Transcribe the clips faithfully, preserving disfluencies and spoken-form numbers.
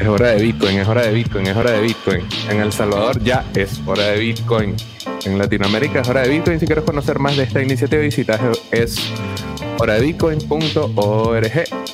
Es hora de Bitcoin, es hora de Bitcoin, es hora de Bitcoin. En El Salvador ya es hora de Bitcoin. En Latinoamérica es hora de Bitcoin. Si quieres conocer más de esta iniciativa, visita es hora de bitcoin punto org.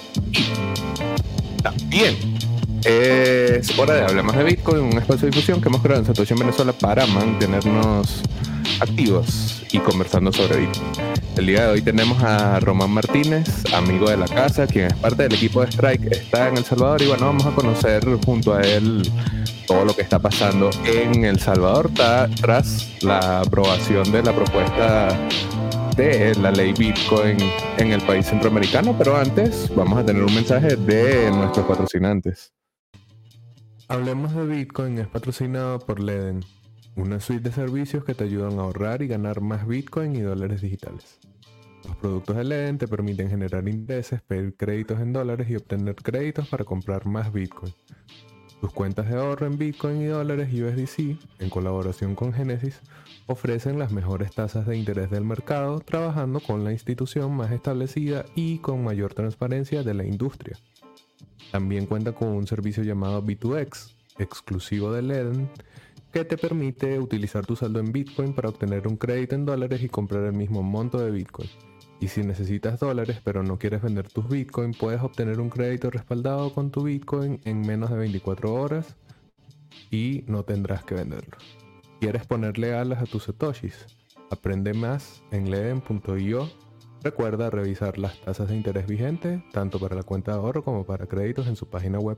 También es hora de hablar más de Bitcoin, un espacio de difusión que hemos creado en Satoshi en Venezuela para mantenernos activos y conversando sobre Bitcoin. El día de hoy tenemos a Román Martínez, amigo de la casa, quien es parte del equipo de Strike, está en El Salvador y bueno, vamos a conocer junto a él todo lo que está pasando en El Salvador ta, tras la aprobación de la propuesta de la ley Bitcoin en el país centroamericano. Pero antes vamos a tener un mensaje de nuestros patrocinantes. Hablemos de Bitcoin es patrocinado por Leden, una suite de servicios que te ayudan a ahorrar y ganar más Bitcoin y dólares digitales. Los productos de Leden te permiten generar intereses, pedir créditos en dólares y obtener créditos para comprar más Bitcoin. Tus cuentas de ahorro en Bitcoin y dólares U S D C, en colaboración con Genesis, ofrecen las mejores tasas de interés del mercado, trabajando con la institución más establecida y con mayor transparencia de la industria. También cuenta con un servicio llamado B dos X, exclusivo de Leden, que te permite utilizar tu saldo en Bitcoin para obtener un crédito en dólares y comprar el mismo monto de Bitcoin. Y si necesitas dólares pero no quieres vender tus Bitcoin, puedes obtener un crédito respaldado con tu Bitcoin en menos de veinticuatro horas y no tendrás que venderlo. ¿Quieres ponerle alas a tus satoshis? Aprende más en leden punto io. Recuerda revisar las tasas de interés vigentes, tanto para la cuenta de ahorro como para créditos en su página web.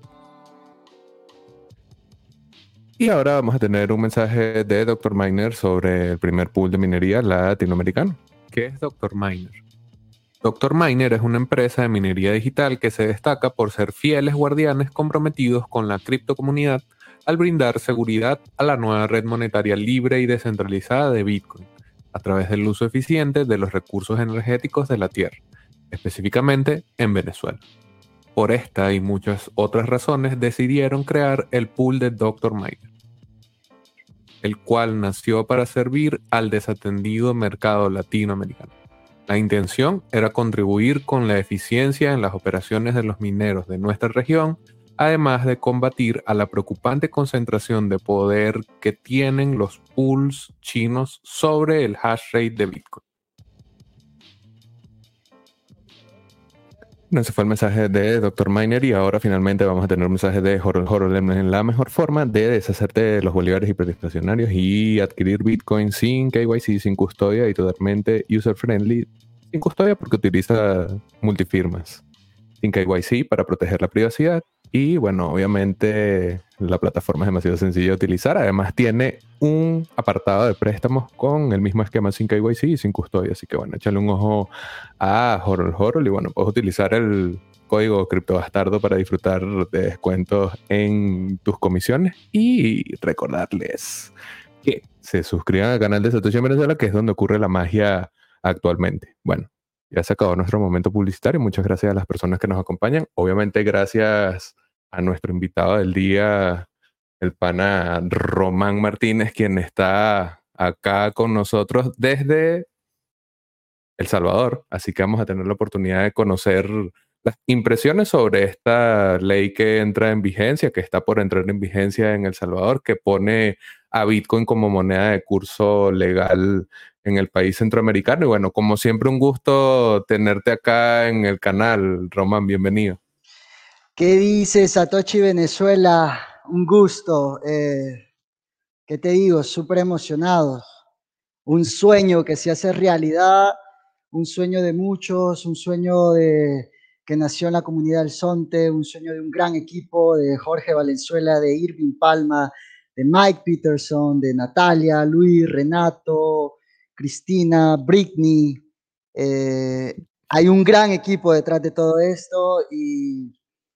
Y ahora vamos a tener un mensaje de doctor Miner sobre el primer pool de minería latinoamericano. ¿Qué es doctor Miner? doctor Miner es una empresa de minería digital que se destaca por ser fieles guardianes comprometidos con la criptocomunidad al brindar seguridad a la nueva red monetaria libre y descentralizada de Bitcoin, a través del uso eficiente de los recursos energéticos de la Tierra, específicamente en Venezuela. Por esta y muchas otras razones decidieron crear el pool de doctor Miner, el cual nació para servir al desatendido mercado latinoamericano. La intención era contribuir con la eficiencia en las operaciones de los mineros de nuestra región, además de combatir a la preocupante concentración de poder que tienen los pools chinos sobre el hash rate de Bitcoin. Ese fue el mensaje de doctor Miner y ahora finalmente vamos a tener un mensaje de Horol Horol en la mejor forma de deshacerte de los bolívares hiperestacionarios y adquirir Bitcoin sin K Y C, sin custodia y totalmente user-friendly, sin custodia porque utiliza multifirmas, sin K Y C para proteger la privacidad y bueno, obviamente la plataforma es demasiado sencilla de utilizar. Además tiene un apartado de préstamos con el mismo esquema sin K Y C y sin custodia, así que bueno, échale un ojo a Horol Horol y bueno, puedes utilizar el código criptobastardo para disfrutar de descuentos en tus comisiones y recordarles que se suscriban al canal de Satoshi en Venezuela, que es donde ocurre la magia actualmente. Bueno, ya se acabó nuestro momento publicitario. Muchas gracias a las personas que nos acompañan. Obviamente gracias a nuestro invitado del día, el pana Román Martínez, quien está acá con nosotros desde El Salvador. Así que vamos a tener la oportunidad de conocer las impresiones sobre esta ley que entra en vigencia, que está por entrar en vigencia en El Salvador, que pone a Bitcoin como moneda de curso legal en el país centroamericano. Y bueno, como siempre, un gusto tenerte acá en el canal. Román, bienvenido. ¿Qué dices, Satoshi Venezuela? Un gusto. Eh, ¿Qué te digo? Súper emocionado. Un sueño que se hace realidad, un sueño de muchos, un sueño de, que nació en la comunidad del Zonte, un sueño de un gran equipo, de Jorge Valenzuela, de Irving Palma, de Mike Peterson, de Natalia, Luis, Renato, Cristina, Britney. Eh, hay un gran equipo detrás de todo esto y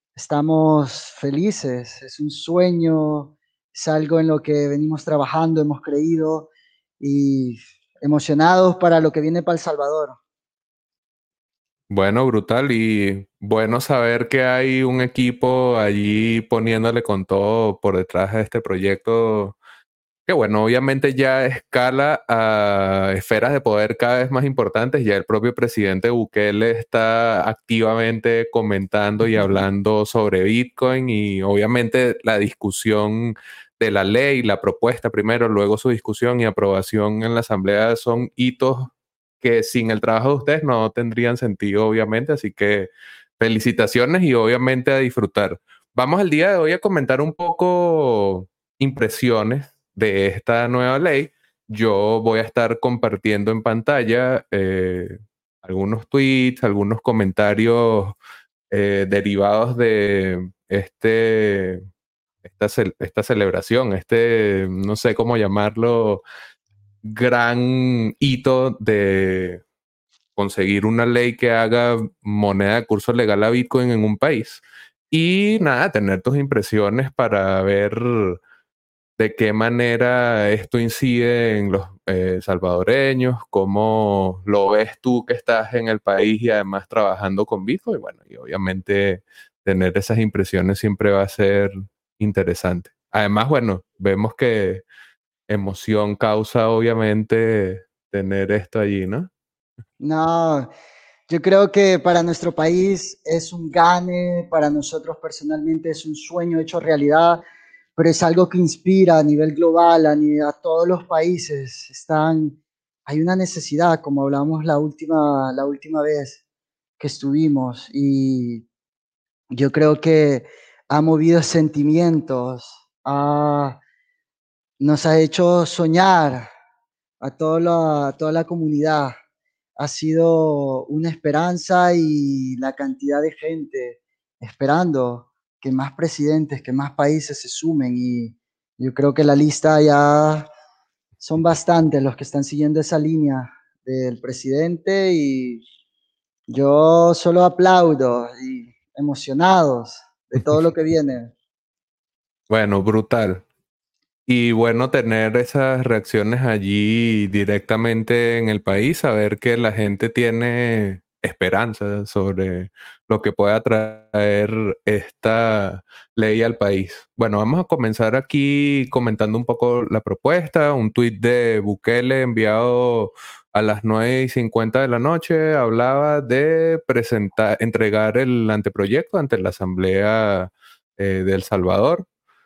estamos felices. Es un sueño, es algo en lo que venimos trabajando, hemos creído y emocionados para lo que viene para El Salvador. Bueno, brutal y bueno saber que hay un equipo allí poniéndole con todo por detrás de este proyecto que bueno, obviamente ya escala a esferas de poder cada vez más importantes. Ya el propio presidente Bukele está activamente comentando y hablando sobre Bitcoin, y obviamente la discusión de la ley, la propuesta primero, luego su discusión y aprobación en la asamblea son hitos que sin el trabajo de ustedes no tendrían sentido, obviamente. Así que felicitaciones y obviamente a disfrutar. Vamos al día de hoy a comentar un poco impresiones de esta nueva ley. Yo voy a estar compartiendo en pantalla eh, algunos tweets, algunos comentarios eh, derivados de este, esta, ce- esta celebración, este, no sé cómo llamarlo, gran hito de conseguir una ley que haga moneda de curso legal a Bitcoin en un país. Y nada, tener tus impresiones para ver de qué manera esto incide en los eh, salvadoreños, cómo lo ves tú que estás en el país y además trabajando con Bitcoin. Bueno, y obviamente tener esas impresiones siempre va a ser interesante. Además, bueno, vemos que emoción causa obviamente tener esto allí, ¿no? No, yo creo que para nuestro país es un gane, para nosotros personalmente es un sueño hecho realidad, pero es algo que inspira a nivel global, a, ni- a todos los países. Están, hay una necesidad, como hablamos la última, la última vez que estuvimos, y yo creo que ha movido sentimientos, ha- nos ha hecho soñar a toda la, a toda la comunidad. Ha sido una esperanza, y la cantidad de gente esperando que más presidentes, que más países se sumen, y yo creo que la lista ya son bastantes los que están siguiendo esa línea del presidente, y yo solo aplaudo y emocionados de todo lo que viene. Bueno, brutal. Y bueno, tener esas reacciones allí directamente en el país, saber que la gente tiene esperanza sobre lo que pueda traer esta ley al país. Bueno, vamos a comenzar aquí comentando un poco la propuesta. Un tuit de Bukele enviado a las nueve y cincuenta de la noche hablaba de presentar, entregar el anteproyecto ante la Asamblea eh, de El Salvador.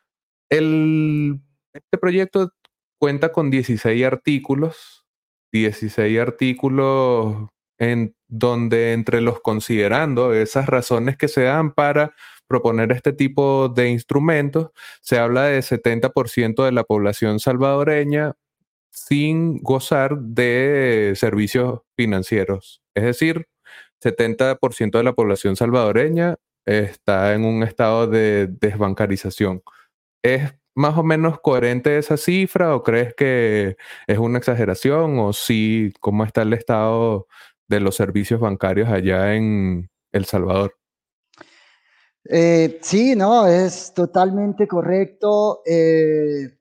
El, este proyecto cuenta con dieciséis artículos, dieciséis artículos en donde, entre los considerando esas razones que se dan para proponer este tipo de instrumentos, se habla de setenta por ciento de la población salvadoreña sin gozar de servicios financieros. Es decir, setenta por ciento de la población salvadoreña está en un estado de desbancarización. ¿Es más o menos coherente esa cifra o crees que es una exageración? O sí, ¿cómo está el estado de los servicios bancarios allá en El Salvador? Eh, sí, no, es totalmente correcto. Eh,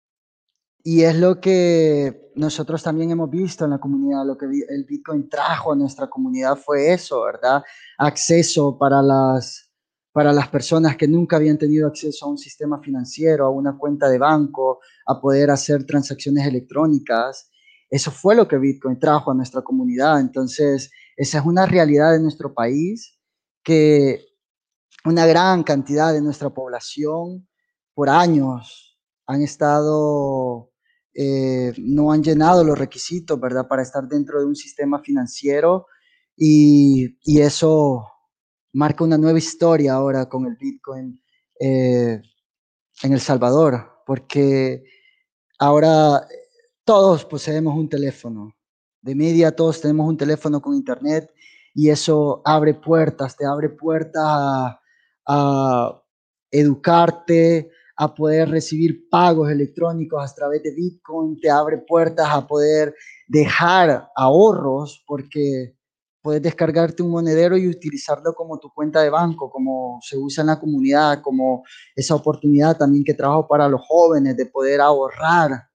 Y es lo que nosotros también hemos visto en la comunidad. Lo que vi- el Bitcoin trajo a nuestra comunidad fue eso, ¿verdad? Acceso para las, para las personas que nunca habían tenido acceso a un sistema financiero, a una cuenta de banco, a poder hacer transacciones electrónicas. Eso fue lo que Bitcoin trajo a nuestra comunidad. Entonces, esa es una realidad de nuestro país, que una gran cantidad de nuestra población por años han estado, eh, no han llenado los requisitos, ¿verdad?, para estar dentro de un sistema financiero, y, y eso marca una nueva historia ahora con el Bitcoin eh, en El Salvador, porque ahora eh, todos poseemos un teléfono. De media todos tenemos un teléfono con internet, y eso abre puertas, te abre puertas a, a educarte, a poder recibir pagos electrónicos a través de Bitcoin, te abre puertas a poder dejar ahorros, porque puedes descargarte un monedero y utilizarlo como tu cuenta de banco, como se usa en la comunidad, como esa oportunidad también que trajo para los jóvenes de poder ahorrar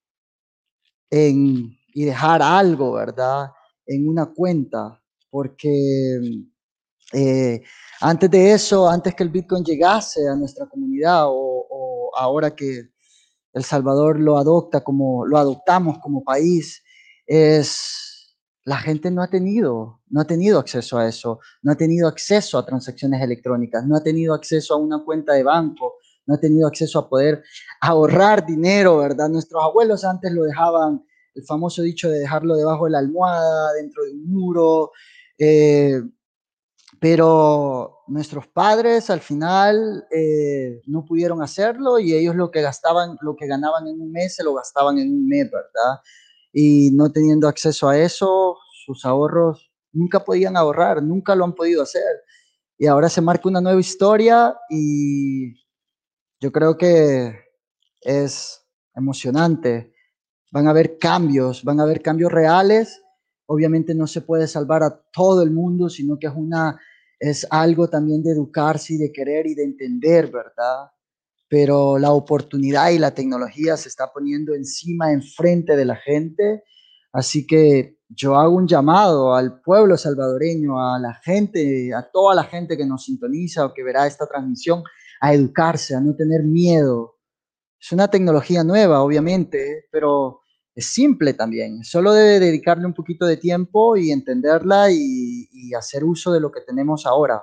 en, y dejar algo, ¿verdad?, en una cuenta, porque eh, antes de eso, antes que el Bitcoin llegase a nuestra comunidad, o, o ahora que El Salvador lo adopta como, lo adoptamos como país, es la gente no ha tenido, no ha tenido acceso a eso, no ha tenido acceso a transacciones electrónicas, no ha tenido acceso a una cuenta de banco, no ha tenido acceso a poder ahorrar dinero, ¿verdad? Nuestros abuelos antes lo dejaban, el famoso dicho de dejarlo debajo de la almohada, dentro de un muro, eh, pero nuestros padres al final eh, no pudieron hacerlo y ellos lo que gastaban, lo que ganaban en un mes se lo gastaban en un mes, ¿verdad? Y no teniendo acceso a eso, sus ahorros nunca podían ahorrar, nunca lo han podido hacer. Y ahora se marca una nueva historia y yo creo que es emocionante. Van a haber cambios, van a haber cambios reales. Obviamente no se puede salvar a todo el mundo, sino que es una, es algo también de educarse y de querer y de entender, ¿verdad? Pero la oportunidad y la tecnología se está poniendo encima, enfrente de la gente. Así que yo hago un llamado al pueblo salvadoreño, a la gente, a toda la gente que nos sintoniza o que verá esta transmisión, a educarse, a no tener miedo. Es una tecnología nueva, obviamente, pero es simple también. Solo debe dedicarle un poquito de tiempo y entenderla y, y hacer uso de lo que tenemos ahora.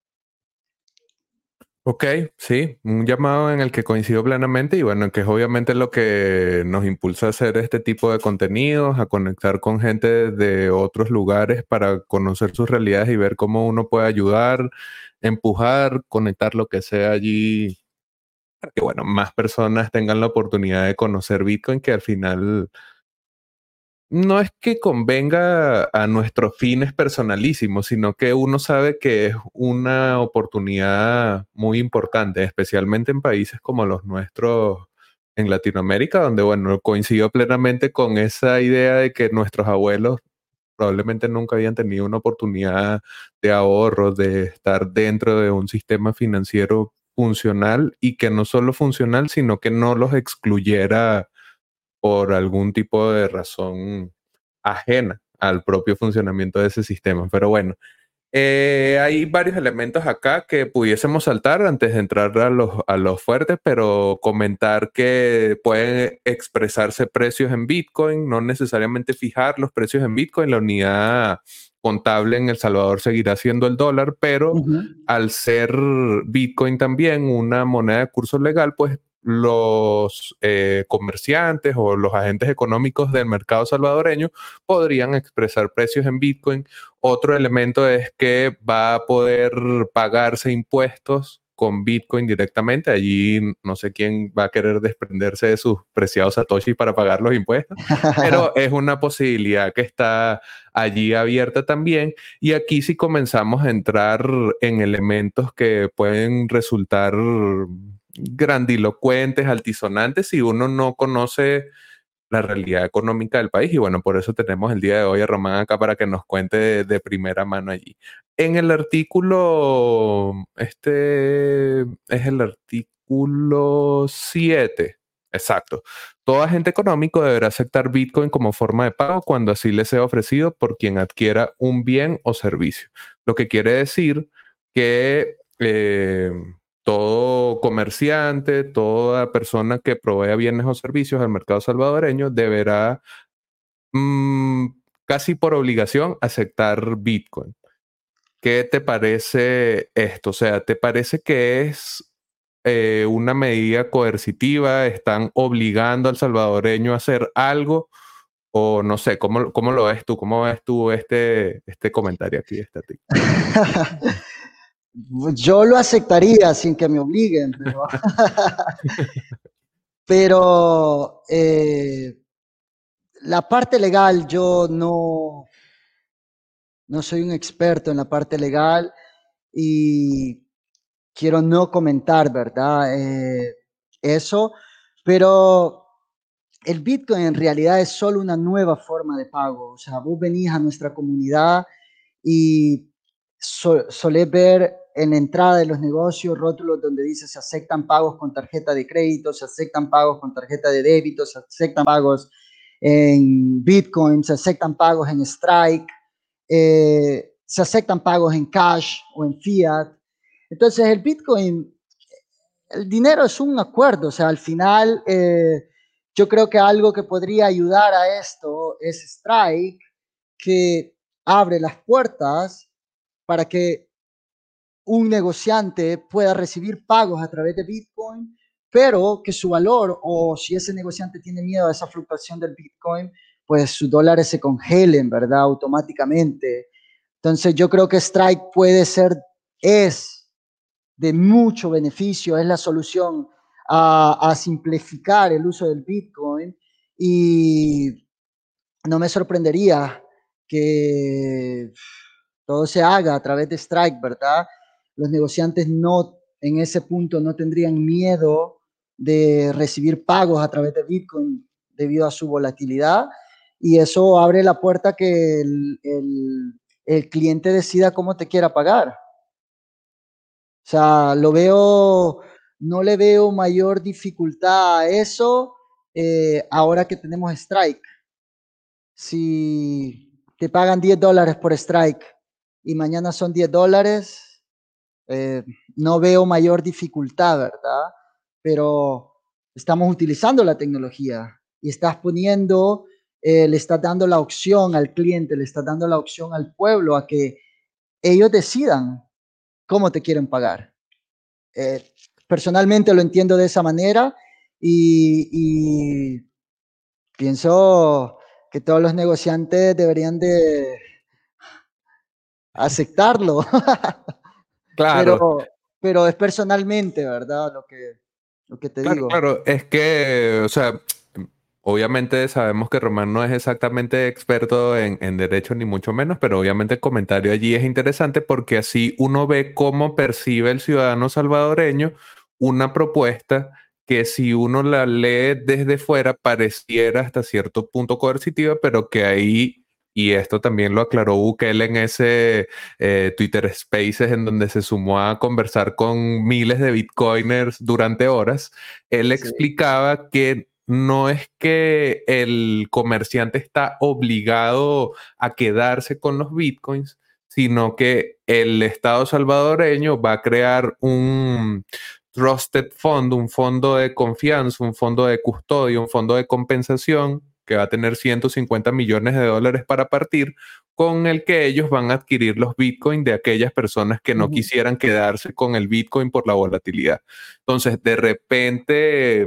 Ok, sí, un llamado en el que coincido plenamente y bueno, que es obviamente lo que nos impulsa a hacer este tipo de contenidos, a conectar con gente de otros lugares para conocer sus realidades y ver cómo uno puede ayudar, empujar, conectar lo que sea allí, para que bueno, más personas tengan la oportunidad de conocer Bitcoin, que al final no es que convenga a nuestros fines personalísimos, sino que uno sabe que es una oportunidad muy importante, especialmente en países como los nuestros en Latinoamérica, donde, bueno, coincido plenamente con esa idea de que nuestros abuelos probablemente nunca habían tenido una oportunidad de ahorro, de estar dentro de un sistema financiero funcional y que no solo funcional, sino que no los excluyera por algún tipo de razón ajena al propio funcionamiento de ese sistema. Pero bueno, eh, hay varios elementos acá que pudiésemos saltar antes de entrar a los, a los fuertes, pero comentar que pueden expresarse precios en Bitcoin, no necesariamente fijar los precios en Bitcoin. La unidad contable en El Salvador seguirá siendo el dólar, pero Ujú. al ser Bitcoin también una moneda de curso legal, pues los eh, comerciantes o los agentes económicos del mercado salvadoreño podrían expresar precios en Bitcoin. Otro elemento es que va a poder pagarse impuestos con Bitcoin directamente. Allí no sé quién va a querer desprenderse de sus preciados satoshis para pagar los impuestos, pero es una posibilidad que está allí abierta también. Y aquí sí comenzamos a entrar en elementos que pueden resultar grandilocuentes, altisonantes, si uno no conoce la realidad económica del país. Y bueno, por eso tenemos el día de hoy a Román acá para que nos cuente de, de primera mano allí. En el artículo, este es el artículo siete, exacto. Todo agente económico deberá aceptar Bitcoin como forma de pago cuando así le sea ofrecido por quien adquiera un bien o servicio. Lo que quiere decir que eh, todo comerciante, toda persona que provea bienes o servicios al mercado salvadoreño deberá mmm, casi por obligación aceptar Bitcoin. ¿Qué te parece esto? O sea, ¿te parece que es eh, una medida coercitiva? ¿Están obligando al salvadoreño a hacer algo? O no sé, ¿cómo, cómo lo ves tú? ¿Cómo ves tú este, este comentario aquí, este artículo? Yo lo aceptaría sin que me obliguen, pero, pero eh, la parte legal, yo no, no soy un experto en la parte legal y quiero no comentar, ¿verdad? Eh, eso, pero el Bitcoin en realidad es solo una nueva forma de pago. O sea, vos venís a nuestra comunidad y so, solés ver en la entrada de los negocios rótulos donde dice se aceptan pagos con tarjeta de crédito, se aceptan pagos con tarjeta de débito, se aceptan pagos en Bitcoin, se aceptan pagos en Strike, eh, se aceptan pagos en cash o en fiat. Entonces el Bitcoin el dinero es un acuerdo, o sea, al final eh, yo creo que algo que podría ayudar a esto es Strike, que abre las puertas para que un negociante pueda recibir pagos a través de Bitcoin, pero que su valor, o si ese negociante tiene miedo a esa fluctuación del Bitcoin, pues sus dólares se congelen, ¿verdad? Automáticamente. Entonces yo creo que Strike puede ser, es de mucho beneficio, es la solución a, a simplificar el uso del Bitcoin y no me sorprendería que todo se haga a través de Strike, ¿verdad? Los negociantes no, en ese punto no tendrían miedo de recibir pagos a través de Bitcoin debido a su volatilidad y eso abre la puerta a que el, el, el cliente decida cómo te quiera pagar. O sea, lo veo, no le veo mayor dificultad a eso eh, ahora que tenemos Strike. Si te pagan diez dólares por Strike y mañana son diez dólares, eh, no veo mayor dificultad, ¿verdad? Pero estamos utilizando la tecnología y estás poniendo, eh, le estás dando la opción al cliente, le estás dando la opción al pueblo a que ellos decidan cómo te quieren pagar. Eh, Personalmente lo entiendo de esa manera y, y pienso que todos los negociantes deberían de aceptarlo, Claro, pero, pero es personalmente, ¿verdad? Lo que, lo que te claro, digo. claro, es que, o sea, obviamente sabemos que Román no es exactamente experto en, en derecho ni mucho menos, pero obviamente el comentario allí es interesante porque así uno ve cómo percibe el ciudadano salvadoreño una propuesta que si uno la lee desde fuera pareciera hasta cierto punto coercitiva, pero que ahí, y esto también lo aclaró Bukele en ese eh, Twitter Spaces en donde se sumó a conversar con miles de bitcoiners durante horas, él Sí. explicaba que no es que el comerciante está obligado a quedarse con los bitcoins, sino que el Estado salvadoreño va a crear un trusted fund, un fondo de confianza, un fondo de custodia, un fondo de compensación que va a tener ciento cincuenta millones de dólares para partir, con el que ellos van a adquirir los bitcoins de aquellas personas que no Ujú. quisieran quedarse con el bitcoin por la volatilidad. Entonces, de repente,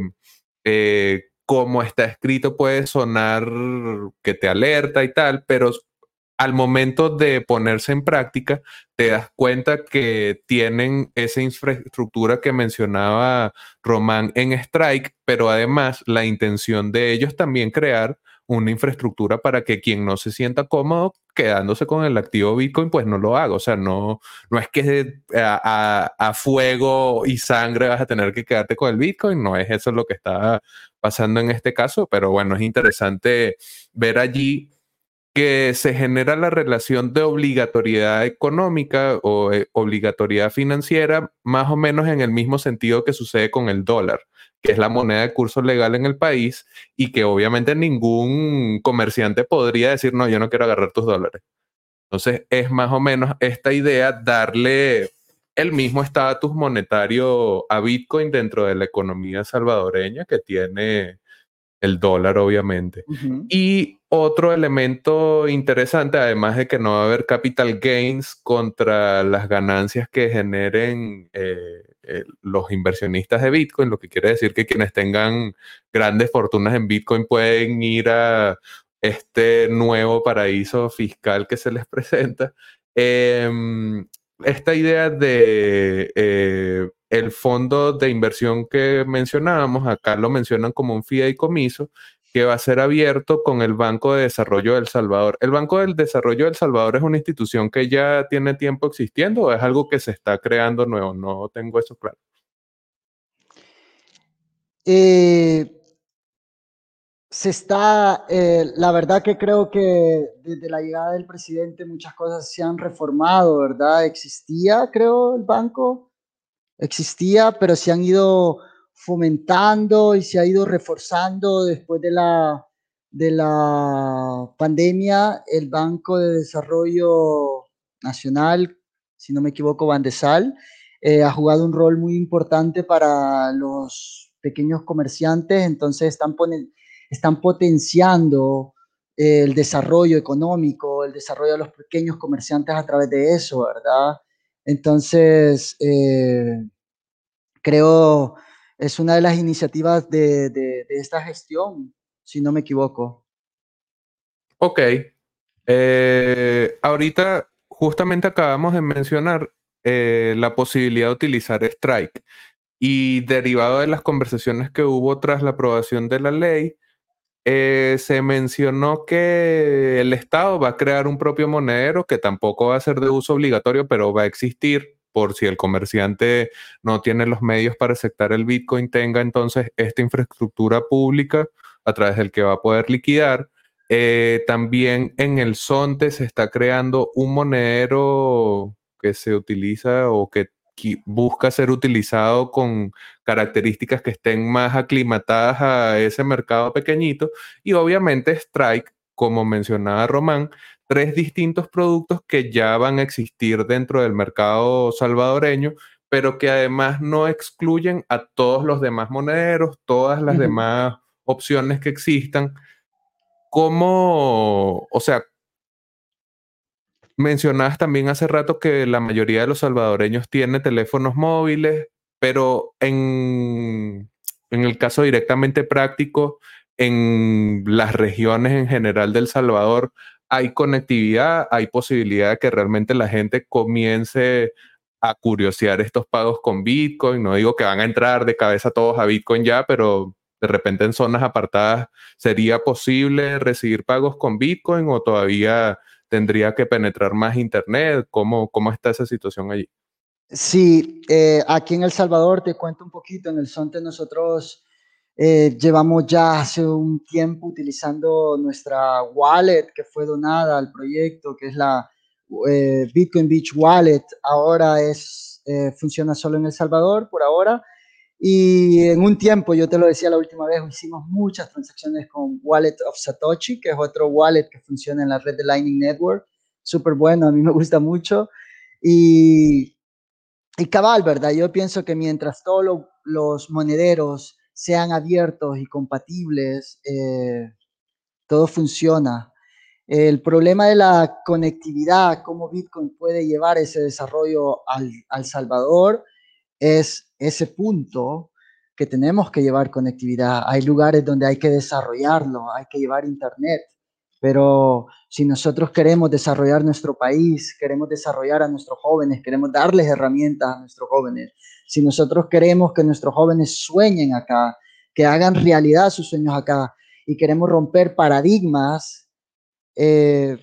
eh, como está escrito puede sonar que te alerta y tal, pero al momento de ponerse en práctica, te das cuenta que tienen esa infraestructura que mencionaba Román en Strike, pero además la intención de ellos también crear una infraestructura para que quien no se sienta cómodo quedándose con el activo Bitcoin, pues no lo haga. O sea, no, no es que a, a, a fuego y sangre vas a tener que quedarte con el Bitcoin, no es eso lo que está pasando en este caso, pero bueno, es interesante ver allí que se genera la relación de obligatoriedad económica o eh, obligatoriedad financiera más o menos en el mismo sentido que sucede con el dólar, que es la moneda de curso legal en el país y que obviamente ningún comerciante podría decir, no, yo no quiero agarrar tus dólares. Entonces es más o menos esta idea darle el mismo estatus monetario a Bitcoin dentro de la economía salvadoreña que tiene el dólar, obviamente. Ujú. Y otro elemento interesante, además de que no va a haber capital gains contra las ganancias que generen eh, eh, los inversionistas de Bitcoin, lo que quiere decir que quienes tengan grandes fortunas en Bitcoin pueden ir a este nuevo paraíso fiscal que se les presenta. Eh, esta idea de eh, el fondo de inversión que mencionábamos, acá lo mencionan como un fideicomiso, que va a ser abierto con el Banco de Desarrollo de El Salvador. ¿El Banco del Desarrollo de El Salvador es una institución que ya tiene tiempo existiendo o es algo que se está creando nuevo? No tengo eso claro. Eh, Se está, eh, la verdad que creo que desde la llegada del presidente muchas cosas se han reformado, ¿verdad? Existía, creo, el banco, existía, pero se han ido fomentando y se ha ido reforzando después de la, de la pandemia. El Banco de Desarrollo Nacional, si no me equivoco, Bandesal, eh, ha jugado un rol muy importante para los pequeños comerciantes, entonces están, ponen, están potenciando eh, el desarrollo económico, el desarrollo de los pequeños comerciantes a través de eso, ¿verdad? Entonces, eh, creo es una de las iniciativas de, de, de esta gestión, si no me equivoco. Ok. Eh, ahorita justamente acabamos de mencionar eh, la posibilidad de utilizar Strike y derivado de las conversaciones que hubo tras la aprobación de la ley, eh, se mencionó que el Estado va a crear un propio monedero que tampoco va a ser de uso obligatorio, pero va a existir por si el comerciante no tiene los medios para aceptar el Bitcoin, tenga entonces esta infraestructura pública a través del que va a poder liquidar. Eh, también en el Sonte se está creando un monedero que se utiliza o que qui- busca ser utilizado con características que estén más aclimatadas a ese mercado pequeñito y obviamente Strike, como mencionaba Román, tres distintos productos que ya van a existir dentro del mercado salvadoreño, pero que además no excluyen a todos los demás monederos, todas las Ujú. demás opciones que existan. ¿Cómo, o sea, mencionabas también hace rato que la mayoría de los salvadoreños tiene teléfonos móviles, pero en, en el caso directamente práctico, en las regiones en general del Salvador, hay conectividad, hay posibilidad de que realmente la gente comience a curiosear estos pagos con Bitcoin. No digo que van a entrar de cabeza todos a Bitcoin ya, pero de repente en zonas apartadas, ¿sería posible recibir pagos con Bitcoin o todavía tendría que penetrar más internet? ¿Cómo, cómo está esa situación allí? Sí, eh, aquí en El Salvador, te cuento un poquito, en el Sonte nosotros eh, llevamos ya hace un tiempo utilizando nuestra wallet que fue donada al proyecto, que es la eh, Bitcoin Beach Wallet. Ahora es, eh, funciona solo en El Salvador por ahora. Y en un tiempo, yo te lo decía la última vez, hicimos muchas transacciones con Wallet of Satoshi, que es otro wallet que funciona en la red de Lightning Network. Súper bueno, a mí me gusta mucho. Y y cabal, ¿verdad? Yo pienso que mientras todos lo- los monederos sean abiertos y compatibles, eh, todo funciona. El problema de la conectividad, cómo Bitcoin puede llevar ese desarrollo al, al Salvador, es ese punto que tenemos que llevar conectividad. Hay lugares donde hay que desarrollarlo, hay que llevar internet, pero si nosotros queremos desarrollar nuestro país, queremos desarrollar a nuestros jóvenes, queremos darles herramientas a nuestros jóvenes, si nosotros queremos que nuestros jóvenes sueñen acá, que hagan realidad sus sueños acá y queremos romper paradigmas, eh,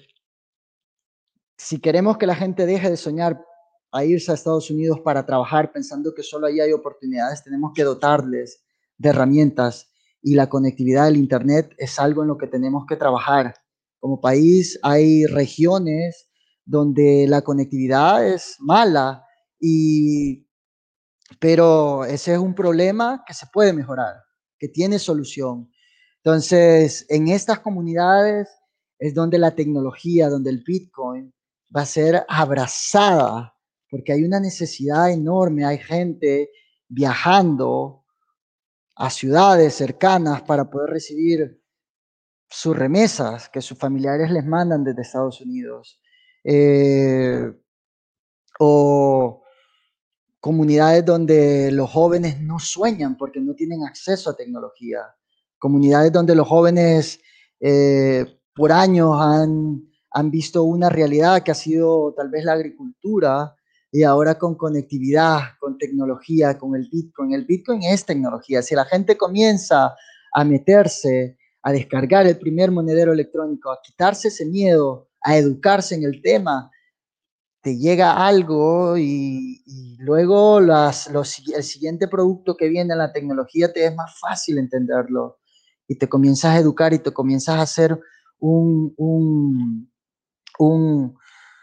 si queremos que la gente deje de soñar a irse a Estados Unidos para trabajar pensando que solo ahí hay oportunidades, tenemos que dotarles de herramientas y la conectividad del Internet es algo en lo que tenemos que trabajar. Como país hay regiones donde la conectividad es mala, y, pero ese es un problema que se puede mejorar, que tiene solución. Entonces, en estas comunidades es donde la tecnología, donde el Bitcoin va a ser abrazada, porque hay una necesidad enorme, hay gente viajando a ciudades cercanas para poder recibir sus remesas que sus familiares les mandan desde Estados Unidos. Eh, o comunidades donde los jóvenes no sueñan porque no tienen acceso a tecnología, comunidades donde los jóvenes eh, por años han, han visto una realidad que ha sido tal vez la agricultura, y ahora con conectividad, con tecnología, con el Bitcoin. El Bitcoin es tecnología. Si la gente comienza a meterse, a descargar el primer monedero electrónico, a quitarse ese miedo, a educarse en el tema, te llega algo y, y luego las, los, el siguiente producto que viene en la tecnología te es más fácil entenderlo y te comienzas a educar y te comienzas a hacer un, un, un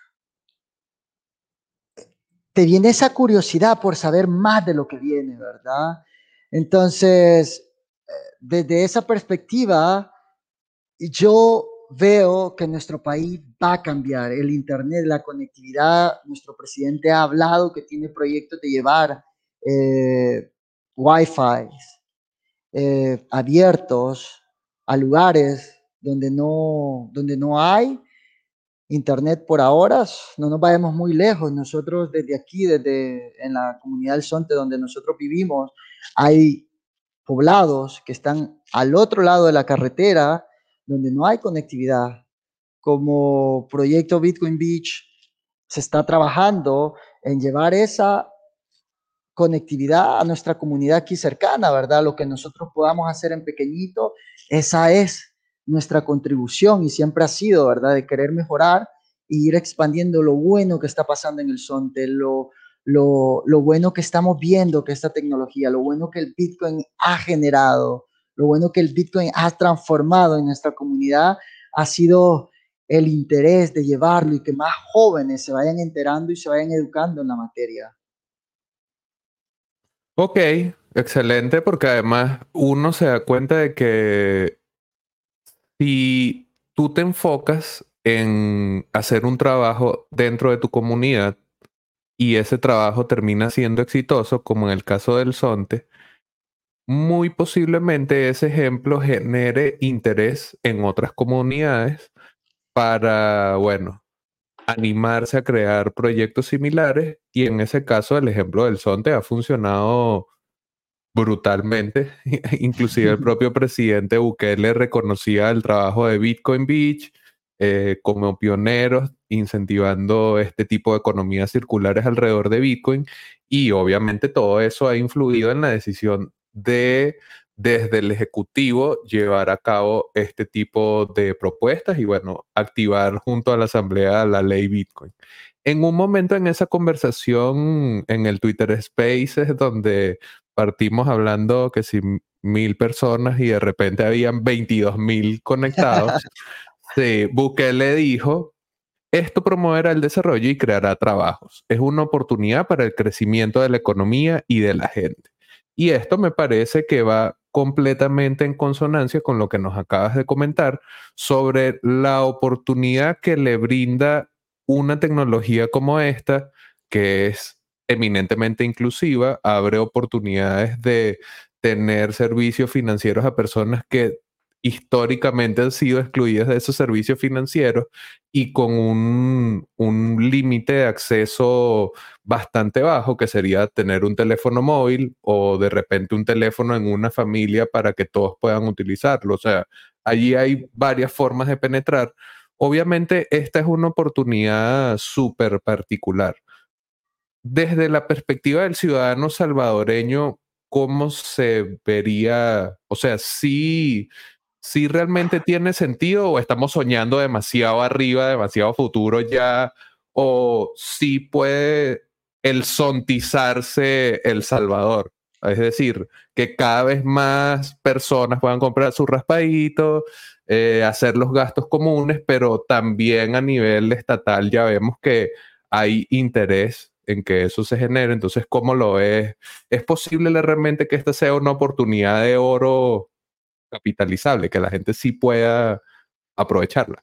te viene esa curiosidad por saber más de lo que viene, ¿verdad? Entonces, desde esa perspectiva, yo veo que nuestro país va a cambiar. El Internet, la conectividad, nuestro presidente ha hablado que tiene proyectos de llevar eh, Wi-Fi eh, abiertos a lugares donde no, donde no hay Internet por ahora. No nos vayamos muy lejos. Nosotros desde aquí, desde en la comunidad del Sonte, donde nosotros vivimos, hay poblados que están al otro lado de la carretera, donde no hay conectividad. Como proyecto Bitcoin Beach, se está trabajando en llevar esa conectividad a nuestra comunidad aquí cercana, ¿verdad? Lo que nosotros podamos hacer en pequeñito, esa es nuestra contribución y siempre ha sido, ¿verdad? De querer mejorar e ir expandiendo lo bueno que está pasando en el Sonte, lo, lo, lo bueno que estamos viendo que esta tecnología, lo bueno que el Bitcoin ha generado, lo bueno que el Bitcoin ha transformado en nuestra comunidad, ha sido el interés de llevarlo y que más jóvenes se vayan enterando y se vayan educando en la materia. Ok, excelente, porque además uno se da cuenta de que si tú te enfocas en hacer un trabajo dentro de tu comunidad y ese trabajo termina siendo exitoso, como en el caso del Sonte, muy posiblemente ese ejemplo genere interés en otras comunidades para, bueno, animarse a crear proyectos similares, y en ese caso el ejemplo del Sonte ha funcionado brutalmente. Inclusive el propio presidente Bukele reconocía el trabajo de Bitcoin Beach eh, como pioneros, incentivando este tipo de economías circulares alrededor de Bitcoin, y obviamente todo eso ha influido en la decisión de, desde el Ejecutivo, llevar a cabo este tipo de propuestas y, bueno, activar junto a la Asamblea la ley Bitcoin. En un momento en esa conversación en el Twitter Spaces, donde partimos hablando que si mil personas y de repente habían veintidós mil conectados, sí, Bukele dijo: esto promoverá el desarrollo y creará trabajos. Es una oportunidad para el crecimiento de la economía y de la gente. Y esto me parece que va completamente en consonancia con lo que nos acabas de comentar sobre la oportunidad que le brinda una tecnología como esta, que es eminentemente inclusiva, abre oportunidades de tener servicios financieros a personas que históricamente han sido excluidas de esos servicios financieros, y con un, un límite de acceso bastante bajo, que sería tener un teléfono móvil o de repente un teléfono en una familia para que todos puedan utilizarlo. O sea, allí hay varias formas de penetrar. Obviamente, esta es una oportunidad súper particular. Desde la perspectiva del ciudadano salvadoreño, ¿cómo se vería? O sea, sí, sí realmente tiene sentido, o estamos soñando demasiado arriba, demasiado futuro ya, o sí puede el sontizarse El Salvador. Es decir, que cada vez más personas puedan comprar su raspadito, eh, hacer los gastos comunes, pero también a nivel estatal ya vemos que hay interés en que eso se genere. Entonces, ¿cómo lo ves? ¿Es posible realmente que esta sea una oportunidad de oro capitalizable, que la gente sí pueda aprovecharla?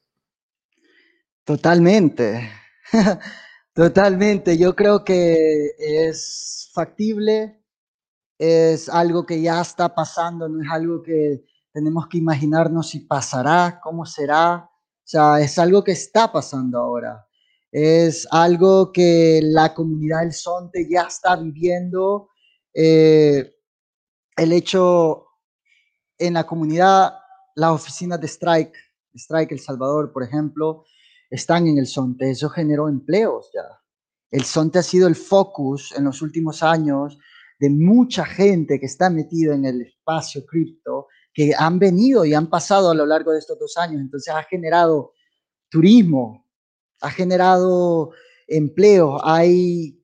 Totalmente, totalmente. Yo creo que es factible, es algo que ya está pasando, no es algo que tenemos que imaginarnos si pasará, cómo será. O sea, es algo que está pasando ahora. Es algo que la comunidad del Sonte ya está viviendo. Eh, el hecho en la comunidad, las oficinas de Strike, Strike El Salvador, por ejemplo, están en el Sonte. Eso generó empleos ya. El Sonte ha sido el focus en los últimos años de mucha gente que está metida en el espacio cripto, que han venido y han pasado a lo largo de estos dos años. Entonces ha generado turismo, ha generado empleo. Hay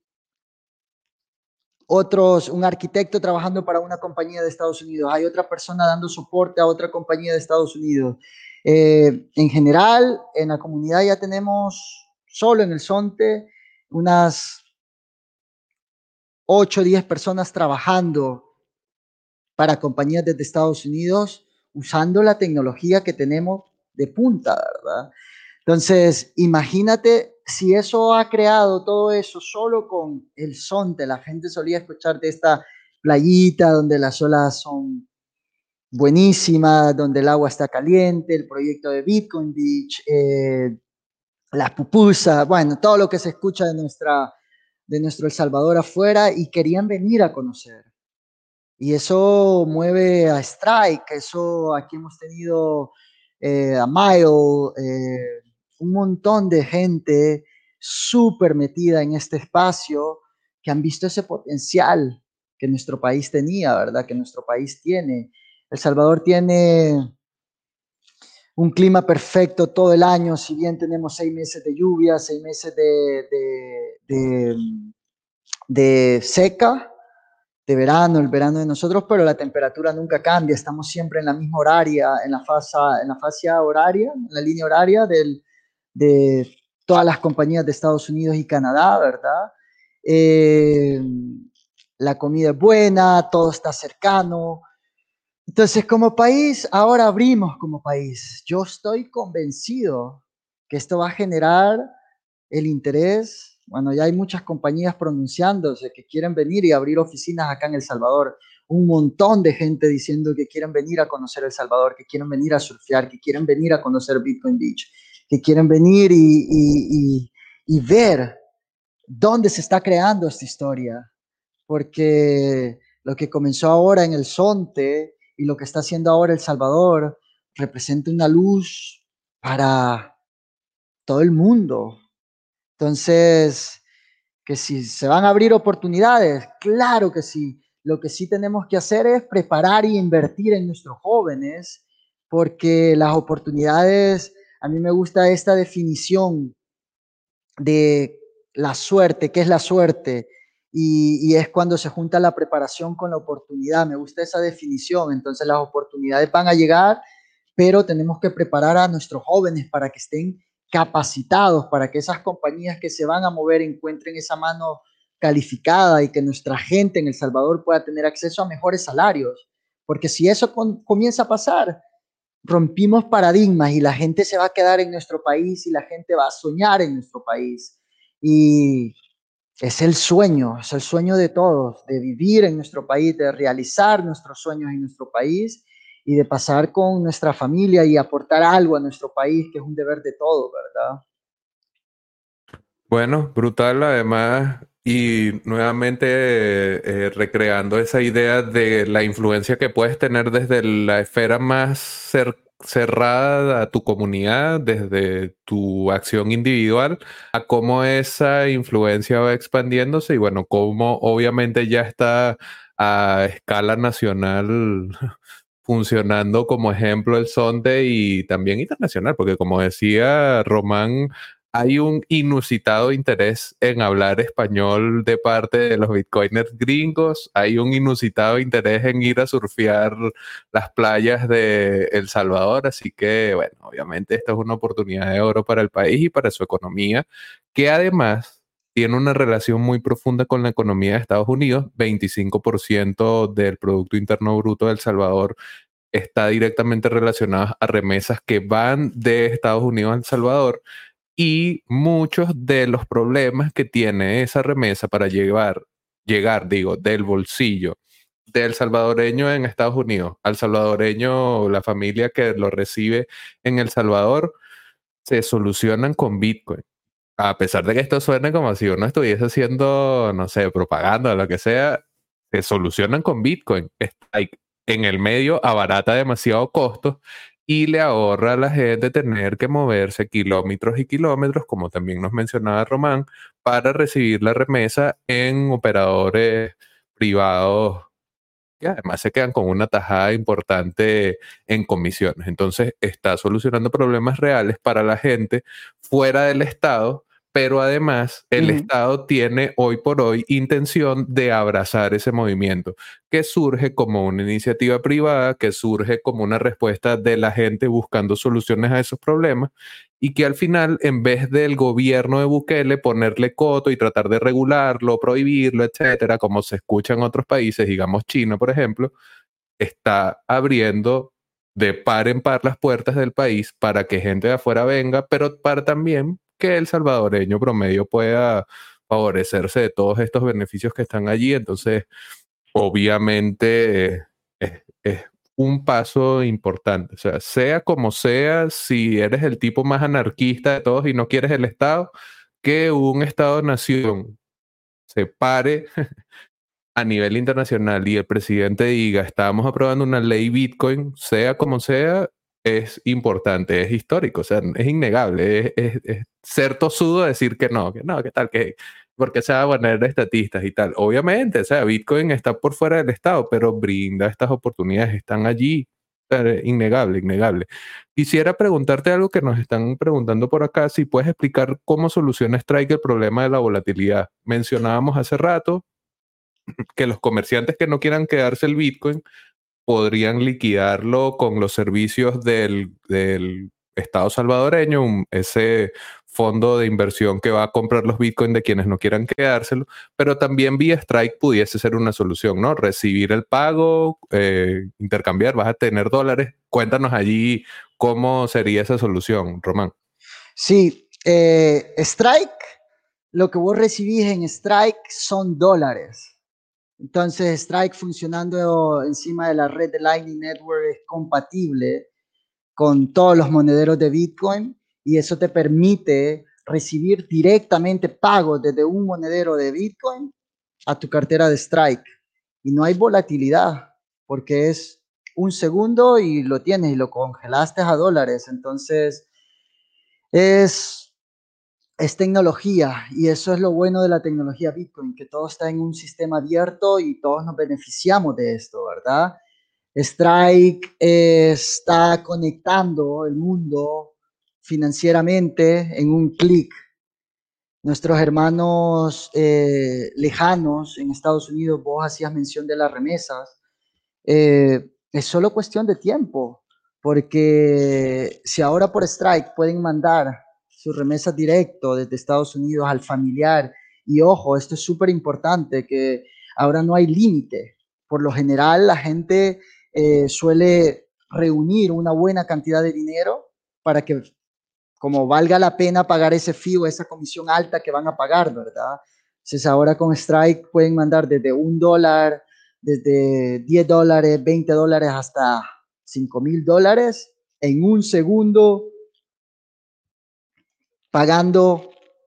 otros, un arquitecto trabajando para una compañía de Estados Unidos, hay otra persona dando soporte a otra compañía de Estados Unidos. Eh, en general, en la comunidad ya tenemos, solo en el Sonte, unas ocho o diez personas trabajando para compañías desde Estados Unidos usando la tecnología que tenemos de punta, ¿verdad? Entonces, imagínate si eso ha creado todo eso solo con el sonte. La gente solía escuchar de esta playita donde las olas son buenísimas, donde el agua está caliente, el proyecto de Bitcoin Beach, eh, las pupusas, bueno, todo lo que se escucha de, nuestra, de nuestro El Salvador afuera y querían venir a conocer. Y eso mueve a Strike, eso aquí hemos tenido eh, a Mile, eh, un montón de gente súper metida en este espacio que han visto ese potencial que nuestro país tenía, ¿verdad? Que nuestro país tiene. El Salvador tiene un clima perfecto todo el año, si bien tenemos seis meses de lluvia, seis meses de, de, de, de seca, de verano, el verano de nosotros, pero la temperatura nunca cambia, estamos siempre en la misma horaria, en la fase, en la fase horaria, en la línea horaria del, de todas las compañías de Estados Unidos y Canadá, ¿verdad? Eh, la comida es buena, todo está cercano. Entonces, como país, ahora abrimos como país. Yo estoy convencido que esto va a generar el interés. Bueno, ya hay muchas compañías pronunciándose que quieren venir y abrir oficinas acá en El Salvador. Un montón de gente diciendo que quieren venir a conocer El Salvador, que quieren venir a surfear, que quieren venir a conocer Bitcoin Beach, que quieren venir y, y, y, y ver dónde se está creando esta historia. Porque lo que comenzó ahora en el Sonte y lo que está haciendo ahora El Salvador representa una luz para todo el mundo. Entonces, que si se van a abrir oportunidades, claro que sí. Lo que sí tenemos que hacer es preparar y invertir en nuestros jóvenes, porque las oportunidades, a mí me gusta esta definición de la suerte, ¿qué es la suerte? Y, y, es cuando se junta la preparación con la oportunidad. Me gusta esa definición. Entonces las oportunidades van a llegar, pero tenemos que preparar a nuestros jóvenes para que estén capacitados, para que esas compañías que se van a mover encuentren esa mano calificada y que nuestra gente en El Salvador pueda tener acceso a mejores salarios. Porque si eso con, comienza a pasar, rompimos paradigmas y la gente se va a quedar en nuestro país y la gente va a soñar en nuestro país. Y es el sueño, es el sueño de todos, de vivir en nuestro país, de realizar nuestros sueños en nuestro país y de pasar con nuestra familia y aportar algo a nuestro país, que es un deber de todos, ¿verdad? Bueno, brutal además, y nuevamente eh, recreando esa idea de la influencia que puedes tener desde la esfera más cer- cerrada a tu comunidad, desde tu acción individual, a cómo esa influencia va expandiéndose y bueno, cómo obviamente ya está a escala nacional funcionando como ejemplo el Sonte y también internacional, porque como decía Román, hay un inusitado interés en hablar español de parte de los bitcoiners gringos, hay un inusitado interés en ir a surfear las playas de El Salvador, así que bueno, obviamente esta es una oportunidad de oro para el país y para su economía, que además tiene una relación muy profunda con la economía de Estados Unidos. veinticinco por ciento del Producto Interno Bruto de El Salvador está directamente relacionado a remesas que van de Estados Unidos a El Salvador, y muchos de los problemas que tiene esa remesa para llevar, llegar, digo, del bolsillo del salvadoreño en Estados Unidos al salvadoreño, la familia que lo recibe en El Salvador, se solucionan con Bitcoin. A pesar de que esto suene como si uno estuviese haciendo, no sé, propaganda o lo que sea, se solucionan con Bitcoin. Está ahí en el medio, abarata demasiado costos y le ahorra a la gente tener que moverse kilómetros y kilómetros, como también nos mencionaba Román, para recibir la remesa en operadores privados que además se quedan con una tajada importante en comisiones. Entonces está solucionando problemas reales para la gente fuera del Estado, pero además el Ujú. Estado tiene hoy por hoy intención de abrazar ese movimiento, que surge como una iniciativa privada, que surge como una respuesta de la gente buscando soluciones a esos problemas, y que al final, en vez del gobierno de Bukele ponerle coto y tratar de regularlo, prohibirlo, etcétera, como se escucha en otros países, digamos China, por ejemplo, está abriendo de par en par las puertas del país para que gente de afuera venga, pero para también que el salvadoreño promedio pueda favorecerse de todos estos beneficios que están allí. Entonces, obviamente, eh, es, es un paso importante. O sea, sea como sea, si eres el tipo más anarquista de todos y no quieres el Estado, que un Estado-nación se pare a nivel internacional y el presidente diga, estamos aprobando una ley Bitcoin, sea como sea, es importante, es histórico, o sea, es innegable, es, es, es ser tosudo decir que no, que no, que tal, que porque se va a poner estatistas y tal. Obviamente, o sea, Bitcoin está por fuera del Estado, pero brinda estas oportunidades, están allí. O sea, innegable, innegable. Quisiera preguntarte algo que nos están preguntando por acá, si puedes explicar cómo soluciona Strike el problema de la volatilidad. Mencionábamos hace rato que los comerciantes que no quieran quedarse el Bitcoin podrían liquidarlo con los servicios del, del Estado salvadoreño, un, ese fondo de inversión que va a comprar los Bitcoin de quienes no quieran quedárselo, pero también vía Strike pudiese ser una solución, ¿no? Recibir el pago, eh, intercambiar, vas a tener dólares. Cuéntanos allí cómo sería esa solución, Román. Sí, eh, Strike, lo que vos recibís en Strike son dólares. Entonces, Strike funcionando encima de la red de Lightning Network es compatible con todos los monederos de Bitcoin y eso te permite recibir directamente pagos desde un monedero de Bitcoin a tu cartera de Strike. Y no hay volatilidad porque es un segundo y lo tienes y lo congelaste a dólares. Entonces, es, es tecnología y eso es lo bueno de la tecnología Bitcoin, que todo está en un sistema abierto y todos nos beneficiamos de esto, ¿verdad? Strike eh, está conectando el mundo financieramente en un clic. Nuestros hermanos eh, lejanos en Estados Unidos, vos hacías mención de las remesas, eh, es solo cuestión de tiempo, porque si ahora por Strike pueden mandar sus remesas directo desde Estados Unidos al familiar, y ojo, esto es súper importante, que ahora no hay límite. Por lo general, la gente eh, suele reunir una buena cantidad de dinero para que como valga la pena pagar ese fee o esa comisión alta que van a pagar, ¿verdad? Entonces ahora con Strike pueden mandar desde un dólar, desde diez dólares, veinte dólares hasta cinco mil dólares en un segundo, pagando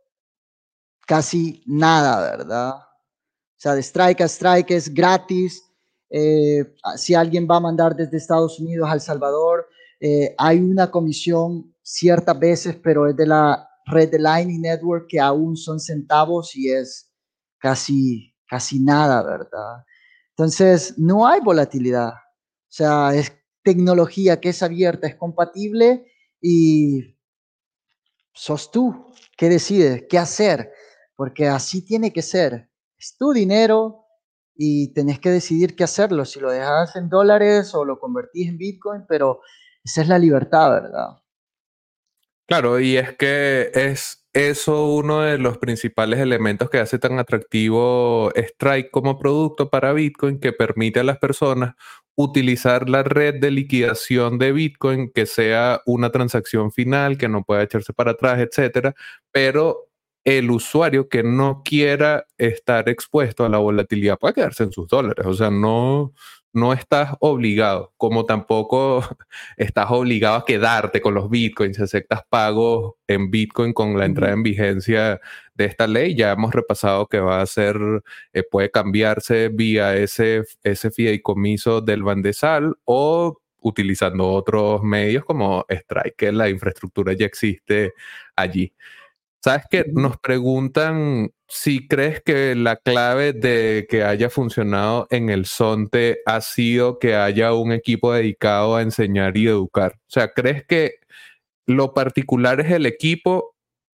casi nada, ¿verdad? O sea, de strike a strike es gratis. Eh, si alguien va a mandar desde Estados Unidos a El Salvador, eh, hay una comisión ciertas veces, pero es de la red de Lightning Network que aún son centavos y es casi, casi nada, ¿verdad? Entonces, no hay volatilidad. O sea, es tecnología que es abierta, es compatible y sos tú que decides qué hacer, porque así tiene que ser. Es tu dinero y tenés que decidir qué hacerlo, si lo dejas en dólares o lo convertís en Bitcoin, pero esa es la libertad, ¿verdad? Claro, y es que es eso uno de los principales elementos que hace tan atractivo Strike como producto para Bitcoin, que permite a las personas utilizar la red de liquidación de Bitcoin, que sea una transacción final, que no pueda echarse para atrás, etcétera, pero el usuario que no quiera estar expuesto a la volatilidad puede quedarse en sus dólares, o sea, no, no estás obligado, como tampoco estás obligado a quedarte con los bitcoins, aceptas pagos en bitcoin con la entrada en vigencia de esta ley. Ya hemos repasado que va a ser, eh, puede cambiarse vía ese, ese fideicomiso del Bandesal o utilizando otros medios como Strike, que la infraestructura ya existe allí. ¿Sabes qué? Nos preguntan si crees que la clave de que haya funcionado en el Sonte ha sido que haya un equipo dedicado a enseñar y educar. O sea, ¿crees que lo particular es el equipo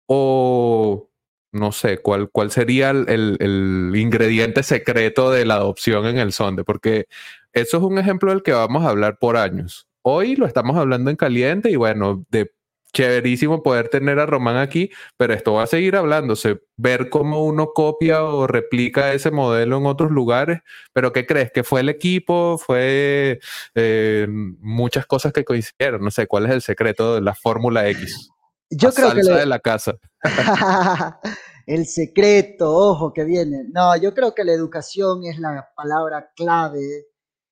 o no sé, cuál, cuál sería el, el, el ingrediente secreto de la adopción en el Sonte? Porque eso es un ejemplo del que vamos a hablar por años. Hoy lo estamos hablando en caliente y bueno, de chéverísimo poder tener a Román aquí, pero esto va a seguir hablándose, ver cómo uno copia o replica ese modelo en otros lugares. Pero ¿qué crees? ¿Que fue el equipo? ¿Fue eh, muchas cosas que coincidieron? No sé, ¿cuál es el secreto de la Fórmula X? La Yo creo que salsa le... de la casa. El secreto, ojo, que viene. No, yo creo que la educación es la palabra clave.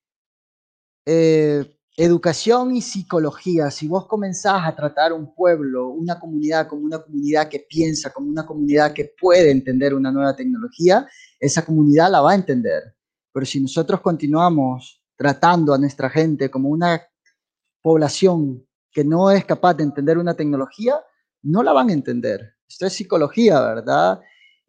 Eh, educación y psicología. Si vos comenzás a tratar un pueblo, una comunidad como una comunidad que piensa, como una comunidad que puede entender una nueva tecnología, esa comunidad la va a entender. Pero si nosotros continuamos tratando a nuestra gente como una población que no es capaz de entender una tecnología, no la van a entender. Esto es psicología, ¿verdad?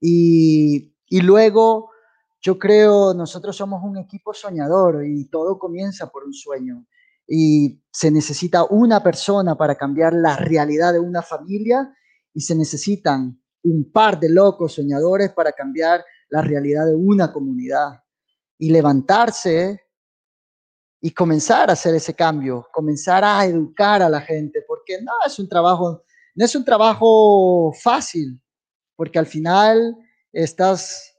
Y, y luego, yo creo, nosotros somos un equipo soñador y todo comienza por un sueño. Y se necesita una persona para cambiar la realidad de una familia y se necesitan un par de locos soñadores para cambiar la realidad de una comunidad. Y levantarse y comenzar a hacer ese cambio, comenzar a educar a la gente, porque no es un trabajo, no es un trabajo fácil, porque al final estás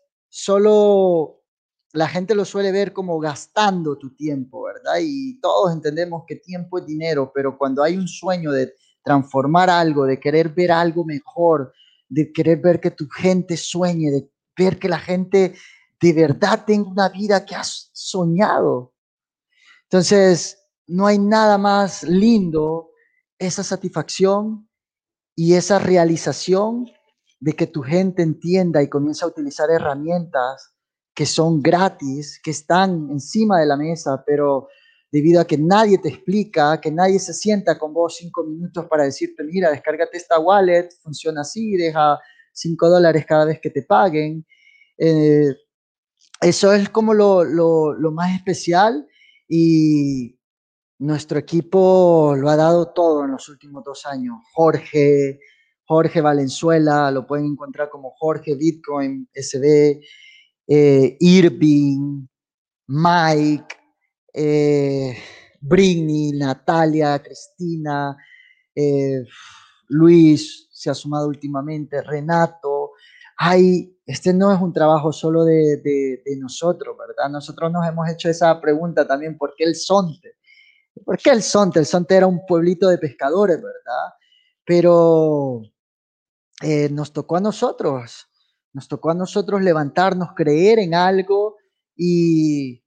solo, la gente lo suele ver como gastando tu tiempo, ¿verdad? Y todos entendemos que tiempo es dinero, pero cuando hay un sueño de transformar algo, de querer ver algo mejor, de querer ver que tu gente sueñe, de ver que la gente de verdad tenga una vida que has soñado. Entonces, no hay nada más lindo esa satisfacción y esa realización de que tu gente entienda y comienza a utilizar herramientas que son gratis, que están encima de la mesa, pero debido a que nadie te explica, que nadie se sienta con vos cinco minutos para decirte, mira, descárgate esta wallet, funciona así, deja cinco dólares cada vez que te paguen. Eh, Eso es como lo, lo, lo más especial y nuestro equipo lo ha dado todo en los últimos dos años. Jorge, Jorge Valenzuela, lo pueden encontrar como Jorge Bitcoin S B, eh, Irving, Mike, eh, Britney, Natalia, Cristina, eh, Luis se ha sumado últimamente, Renato. Hay, este no es un trabajo solo de, de, de nosotros, ¿verdad? Nosotros nos hemos hecho esa pregunta también, ¿por qué el Sonte? ¿Por qué el Sonte? El Sonte era un pueblito de pescadores, ¿verdad? Pero eh, nos tocó a nosotros, nos tocó a nosotros levantarnos, creer en algo y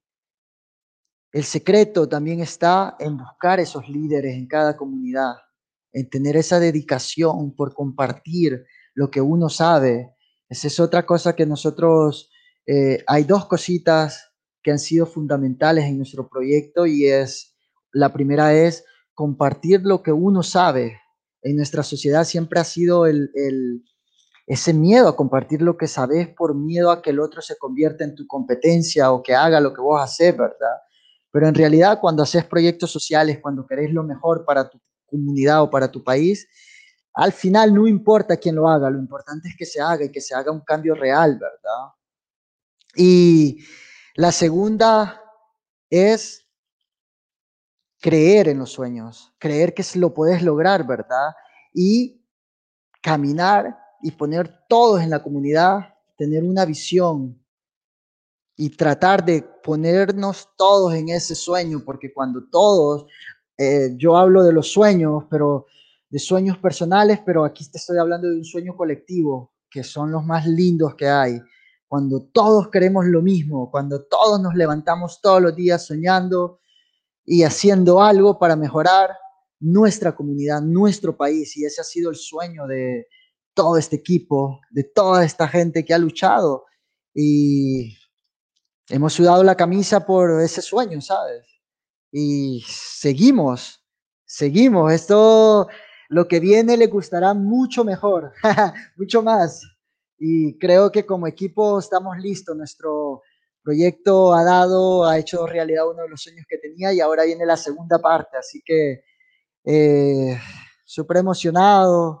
el secreto también está en buscar esos líderes en cada comunidad, en tener esa dedicación por compartir lo que uno sabe. Esa es otra cosa que nosotros, eh, hay dos cositas que han sido fundamentales en nuestro proyecto y es, la primera es compartir lo que uno sabe. En nuestra sociedad siempre ha sido el, el ese miedo a compartir lo que sabes por miedo a que el otro se convierta en tu competencia o que haga lo que vos haces, ¿verdad? Pero en realidad cuando haces proyectos sociales, cuando querés lo mejor para tu comunidad o para tu país, al final no importa quién lo haga, lo importante es que se haga y que se haga un cambio real, ¿verdad? Y la segunda es creer en los sueños, creer que lo puedes lograr, ¿verdad? Y caminar y poner todos en la comunidad, tener una visión y tratar de ponernos todos en ese sueño, porque cuando todos, eh, yo hablo de los sueños, pero de sueños personales, pero aquí te estoy hablando de un sueño colectivo, que son los más lindos que hay. Cuando todos queremos lo mismo, cuando todos nos levantamos todos los días soñando y haciendo algo para mejorar nuestra comunidad, nuestro país. Y ese ha sido el sueño de todo este equipo, de toda esta gente que ha luchado. Y hemos sudado la camisa por ese sueño, ¿sabes? Y seguimos, seguimos. Esto, lo que viene le gustará mucho mejor, mucho más. Y creo que como equipo estamos listos. Nuestro proyecto ha dado, ha hecho realidad uno de los sueños que tenía y ahora viene la segunda parte. Así que eh, súper emocionado,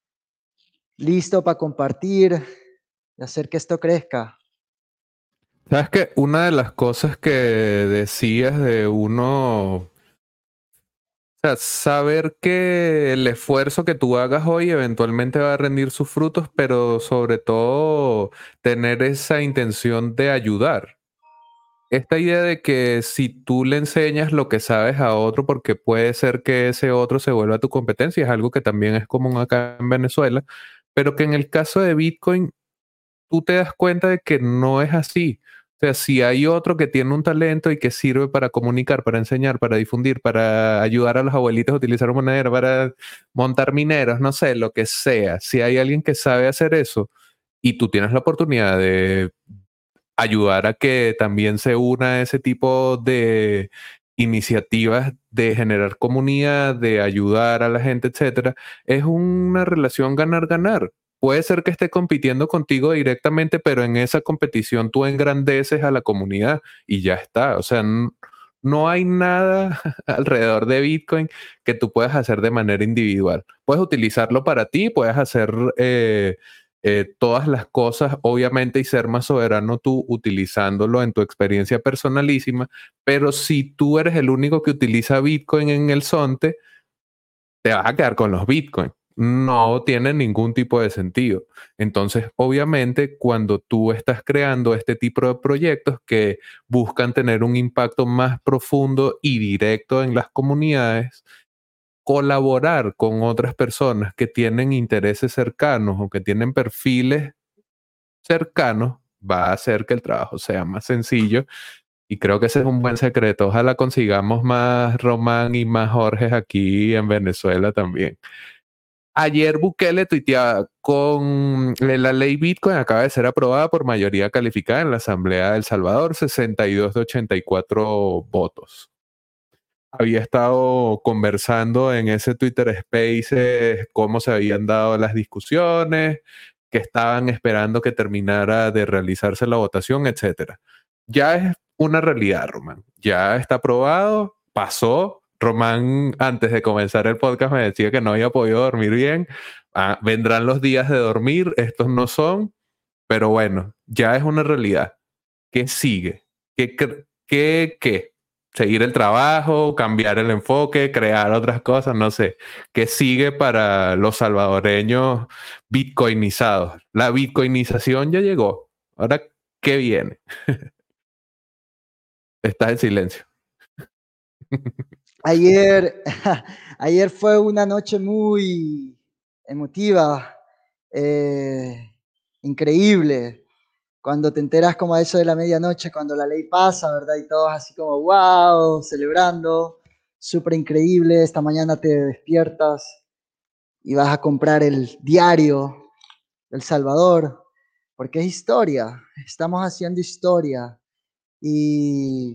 listo para compartir y hacer que esto crezca. Sabes que una de las cosas que decías de uno, o sea, saber que el esfuerzo que tú hagas hoy eventualmente va a rendir sus frutos, pero sobre todo tener esa intención de ayudar. Esta idea de que si tú le enseñas lo que sabes a otro, porque puede ser que ese otro se vuelva tu competencia, es algo que también es común acá en Venezuela, pero que en el caso de Bitcoin tú te das cuenta de que no es así. O sea, si hay otro que tiene un talento y que sirve para comunicar, para enseñar, para difundir, para ayudar a los abuelitos a utilizar un monedero, para montar mineros, no sé, lo que sea. Si hay alguien que sabe hacer eso y tú tienes la oportunidad de ayudar a que también se una a ese tipo de iniciativas de generar comunidad, de ayudar a la gente, etcétera, es una relación ganar-ganar. Puede ser que esté compitiendo contigo directamente, pero en esa competición tú engrandeces a la comunidad y ya está. O sea, n- no hay nada alrededor de Bitcoin que tú puedas hacer de manera individual. Puedes utilizarlo para ti, puedes hacer eh, eh, todas las cosas, obviamente, y ser más soberano tú utilizándolo en tu experiencia personalísima, pero si tú eres el único que utiliza Bitcoin en el Sonte, te vas a quedar con los Bitcoin. No tiene ningún tipo de sentido. Entonces, obviamente, cuando tú estás creando este tipo de proyectos que buscan tener un impacto más profundo y directo en las comunidades, colaborar con otras personas que tienen intereses cercanos o que tienen perfiles cercanos va a hacer que el trabajo sea más sencillo. Y creo que ese es un buen secreto. Ojalá consigamos más Román y más Jorge aquí en Venezuela también. Ayer Bukele tuiteaba con la ley Bitcoin acaba de ser aprobada por mayoría calificada en la Asamblea de El Salvador, sesenta y dos de ochenta y cuatro votos. Había estado conversando en ese Twitter Spaces cómo se habían dado las discusiones, que estaban esperando que terminara de realizarse la votación, etcétera. Ya es una realidad, Román. Ya está aprobado, pasó. Román, antes de comenzar el podcast, me decía que no había podido dormir bien. Ah, vendrán los días de dormir, estos no son, pero bueno, ya es una realidad. ¿Qué sigue? ¿Qué, qué, qué? ¿Seguir el trabajo, cambiar el enfoque, crear otras cosas? No sé. ¿Qué sigue para los salvadoreños bitcoinizados? La bitcoinización ya llegó. Ahora, ¿qué viene? Estás en silencio. Ayer, ayer fue una noche muy emotiva, eh, increíble. Cuando te enteras como a eso de la medianoche, cuando la ley pasa, ¿verdad? Y todos así como, wow, celebrando, súper increíble. Esta mañana te despiertas y vas a comprar el diario del Salvador, porque es historia, estamos haciendo historia. ¿Y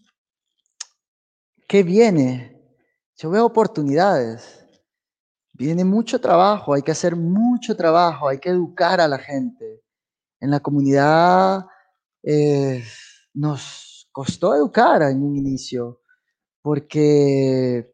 qué viene? Yo veo oportunidades. Viene mucho trabajo, hay que hacer mucho trabajo, hay que educar a la gente. En la comunidad eh, nos costó educar en un inicio, porque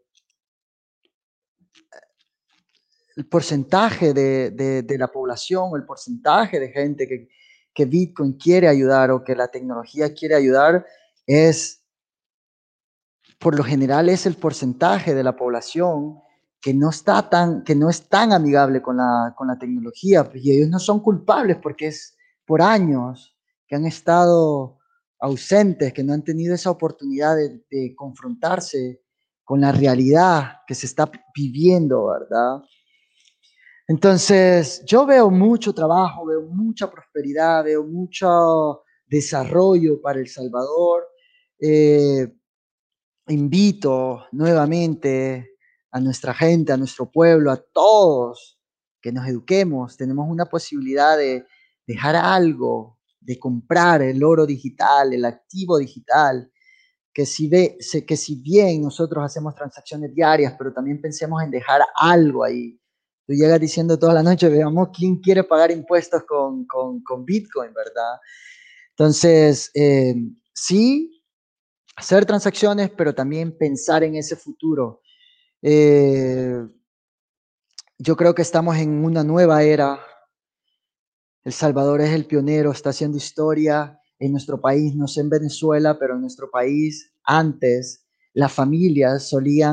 el porcentaje de, de- de la población, el porcentaje de gente que, que Bitcoin quiere ayudar o que la tecnología quiere ayudar es, por lo general, es el porcentaje de la población que no está tan, que no es tan amigable con la, con la tecnología. Y ellos no son culpables porque es por años que han estado ausentes, que no han tenido esa oportunidad de, de confrontarse con la realidad que se está viviendo, ¿verdad? Entonces, yo veo mucho trabajo, veo mucha prosperidad, veo mucho desarrollo para El Salvador. Eh, Invito nuevamente a nuestra gente, a nuestro pueblo, a todos que nos eduquemos. Tenemos una posibilidad de dejar algo, de comprar el oro digital, el activo digital, que si, ve, que si bien nosotros hacemos transacciones diarias, pero también pensemos en dejar algo ahí. Tú llegas diciendo toda la noche, veamos quién quiere pagar impuestos con, con, con Bitcoin, ¿verdad? Entonces, eh, sí, hacer transacciones, pero también pensar en ese futuro. Eh, yo creo que estamos en una nueva era. El Salvador es el pionero, está haciendo historia en nuestro país, no sé en Venezuela, pero en nuestro país antes las familias solían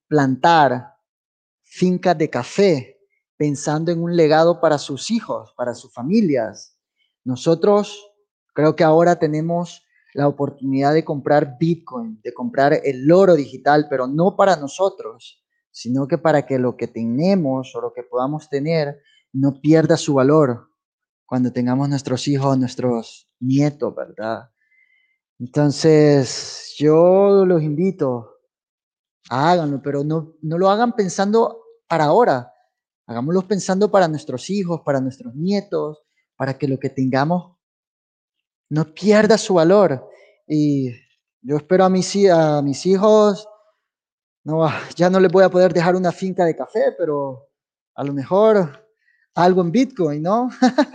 plantar fincas de café, pensando en un legado para sus hijos, para sus familias. Nosotros creo que ahora tenemos la oportunidad de comprar Bitcoin, de comprar el oro digital, pero no para nosotros, sino que para que lo que tenemos o lo que podamos tener no pierda su valor cuando tengamos nuestros hijos, nuestros nietos, ¿verdad? Entonces, yo los invito, háganlo, pero no, no lo hagan pensando para ahora. Hagámoslo pensando para nuestros hijos, para nuestros nietos, para que lo que tengamos no pierda su valor. Y yo espero a mis, hi- a mis hijos, no, ah, ya no les voy a poder dejar una finca de café, pero a lo mejor algo en Bitcoin, ¿no?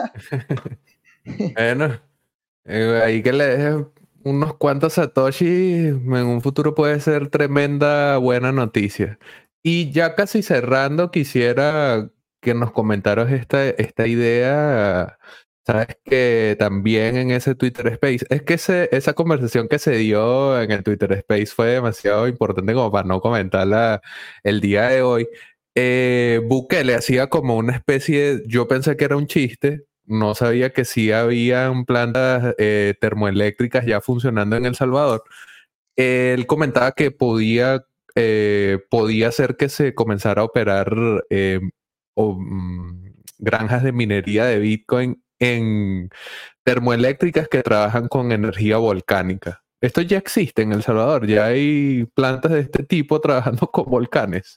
Bueno, eh, ahí que le dejes unos cuantos Satoshi en un futuro puede ser tremenda buena noticia. Y ya casi cerrando, quisiera que nos comentaras esta, esta idea. Sabes que también en ese Twitter Space, es que ese- esa conversación que se dio en el Twitter Space fue demasiado importante como para no comentarla el día de hoy. Eh, Bukele hacía como una especie, de- yo pensé que era un chiste, no sabía que sí habían plantas eh, termoeléctricas ya funcionando en El Salvador. Él comentaba que podía, eh, podía hacer que se comenzara a operar eh, o, mm, granjas de minería de Bitcoin en termoeléctricas que trabajan con energía volcánica. Esto ya existe en El Salvador, ya hay plantas de este tipo trabajando con volcanes.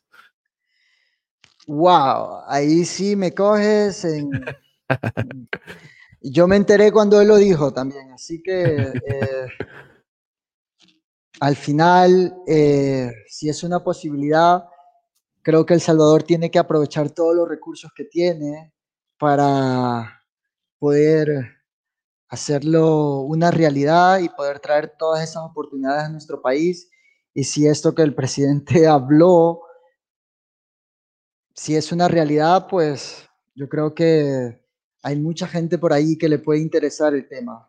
Wow, ahí sí me coges en... Yo me enteré cuando él lo dijo también, así que eh, al final, eh, si es una posibilidad, creo que El Salvador tiene que aprovechar todos los recursos que tiene para poder hacerlo una realidad y poder traer todas esas oportunidades a nuestro país. Y si esto que el presidente habló, si es una realidad, pues yo creo que hay mucha gente por ahí que le puede interesar el tema.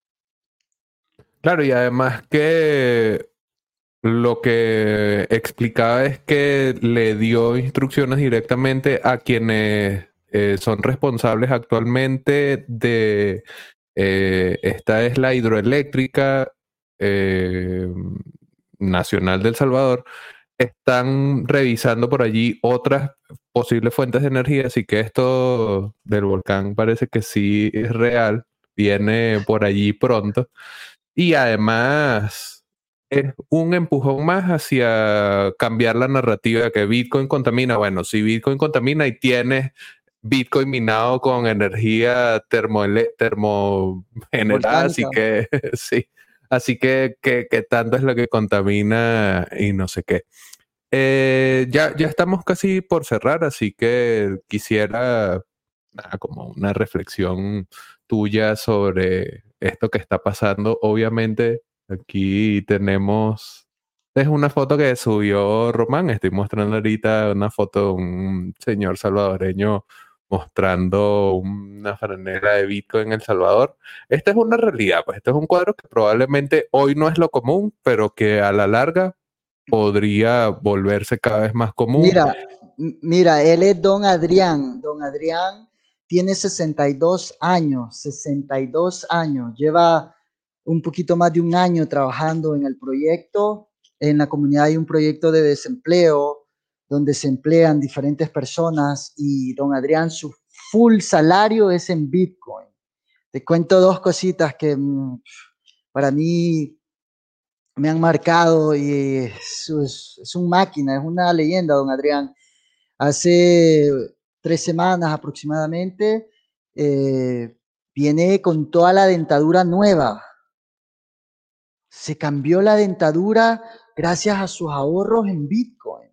Claro, y además que lo que explicaba es que le dio instrucciones directamente a quienes eh, son responsables actualmente de, eh, esta es la hidroeléctrica eh, nacional del Salvador, están revisando por allí otras posibles fuentes de energía, así que esto del volcán parece que sí es real, viene por allí pronto. Y además es un empujón más hacia cambiar la narrativa de que Bitcoin contamina. Bueno, si Bitcoin contamina y tienes Bitcoin minado con energía termoele- termogenerada, así Volcánica. que sí. Así que, que, que tanto es lo que contamina y no sé qué. Eh, ya, ya estamos casi por cerrar, así que quisiera nada, como una reflexión tuya sobre esto que está pasando. Obviamente, aquí tenemos, es una foto que subió Román. Estoy mostrando ahorita una foto de un señor salvadoreño mostrando una franela de Bitcoin en El Salvador. Esta es una realidad, pues este es un cuadro que probablemente hoy no es lo común, pero que a la larga podría volverse cada vez más común. Mira, m- mira, él es don Adrián. Don Adrián tiene sesenta y dos años, sesenta y dos años. Lleva un poquito más de un año trabajando en el proyecto. En la comunidad hay un proyecto de desempleo donde se emplean diferentes personas y don Adrián, su full salario es en Bitcoin. Te cuento dos cositas que mm, para mí me han marcado y es, es, es un máquina, es una leyenda, don Adrián. Hace tres semanas aproximadamente eh, viene con toda la dentadura nueva. Se cambió la dentadura gracias a sus ahorros en Bitcoin.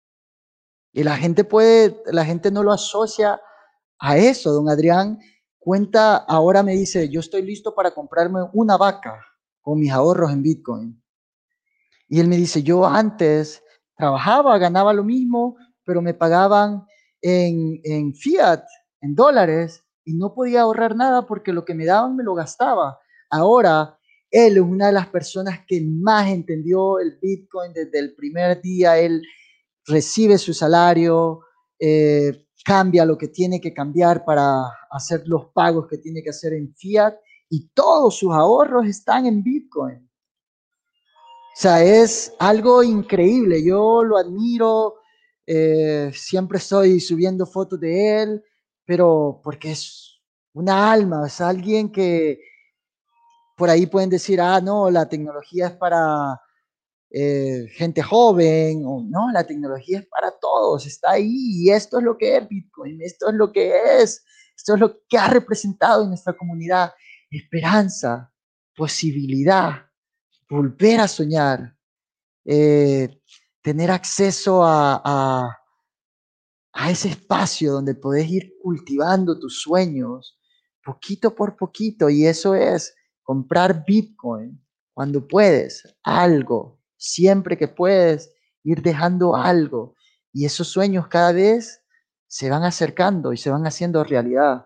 Y la gente puede, la gente no lo asocia a eso. Don Adrián cuenta, ahora me dice, yo estoy listo para comprarme una vaca con mis ahorros en Bitcoin. Y él me dice, yo antes trabajaba, ganaba lo mismo, pero me pagaban en, en fiat, en dólares, y no podía ahorrar nada porque lo que me daban me lo gastaba. Ahora, él es una de las personas que más entendió el Bitcoin desde el primer día. Él recibe su salario, eh, cambia lo que tiene que cambiar para hacer los pagos que tiene que hacer en fiat y todos sus ahorros están en Bitcoin. O sea, es algo increíble, yo lo admiro, eh, siempre estoy subiendo fotos de él, pero porque es una alma, es alguien que por ahí pueden decir, ah, no, la tecnología es para eh, gente joven, o no, la tecnología es para todos, está ahí y esto es lo que es Bitcoin, esto es lo que es, esto es lo que ha representado en nuestra comunidad, esperanza, posibilidad, volver a soñar, eh, tener acceso a, a, a ese espacio donde podés ir cultivando tus sueños poquito por poquito, y eso es comprar Bitcoin cuando puedes, algo, siempre que puedes, ir dejando algo, y esos sueños cada vez se van acercando y se van haciendo realidad.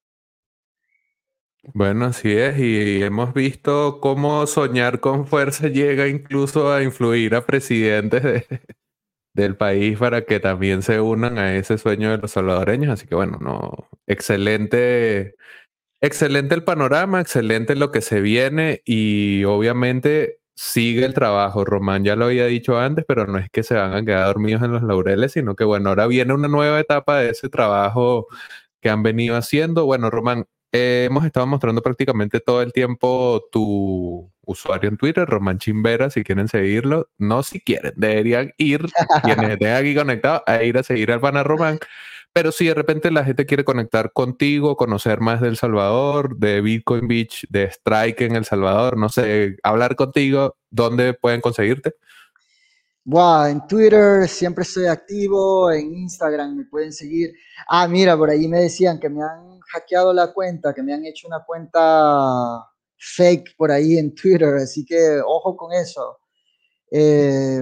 Bueno, así es, y hemos visto cómo soñar con fuerza llega incluso a influir a presidentes de, del país para que también se unan a ese sueño de los salvadoreños. Así que bueno, no, excelente, excelente el panorama, excelente lo que se viene y obviamente sigue el trabajo. Román ya lo había dicho antes, pero no es que se van a quedar dormidos en los laureles, sino que bueno, ahora viene una nueva etapa de ese trabajo que han venido haciendo. Bueno, Román, eh, hemos estado mostrando prácticamente todo el tiempo tu usuario en Twitter, Román Chimbera, si quieren seguirlo. No si quieren, deberían ir, quienes estén aquí conectados, a ir a seguir al pana Román. Pero si de repente la gente quiere conectar contigo, conocer más de El Salvador, de Bitcoin Beach, de Strike en El Salvador, no sé, hablar contigo, ¿dónde pueden conseguirte? Wow, en Twitter siempre estoy activo, en Instagram me pueden seguir. Ah, mira, por ahí me decían que me han hackeado la cuenta, que me han hecho una cuenta fake por ahí en Twitter, así que ojo con eso. Eh,